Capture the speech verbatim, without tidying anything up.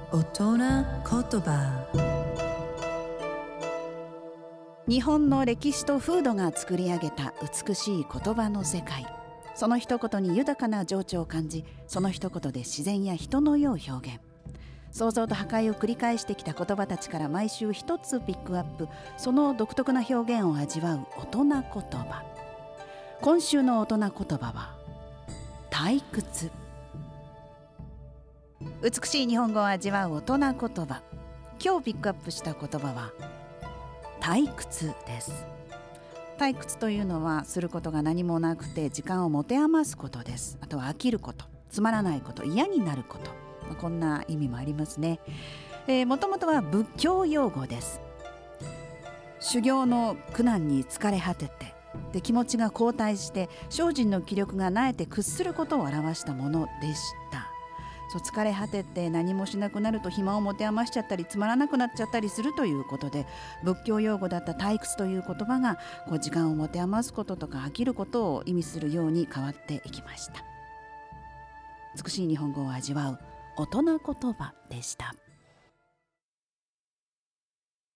大人言葉。 日本の歴史と風土が作り上げた美しい言葉の世界。その一言に豊かな情緒を感じ、その一言で自然や人の世を表現。創造と破壊を繰り返してきた言葉たちから毎週一つピックアップ、その独特な表現を味わう大人言葉。今週の大人言葉は退屈。美しい日本語を味わう大人言葉。今日ピックアップした言葉は退屈です。退屈というのはすることが何もなくて時間を持て余すことです。あとは飽きること、つまらないこと、嫌になること、まあ、こんな意味もありますね。えー、もともとは仏教用語です。修行の苦難に疲れ果てて、で気持ちが後退して精進の気力がなえて屈することを表したものでした。そう疲れ果てて何もしなくなると暇を持て余しちゃったりつまらなくなっちゃったりするということで、仏教用語だった退屈という言葉がこう時間を持て余すこととか飽きることを意味するように変わっていきました。美しい日本語を味わう大人言葉でした。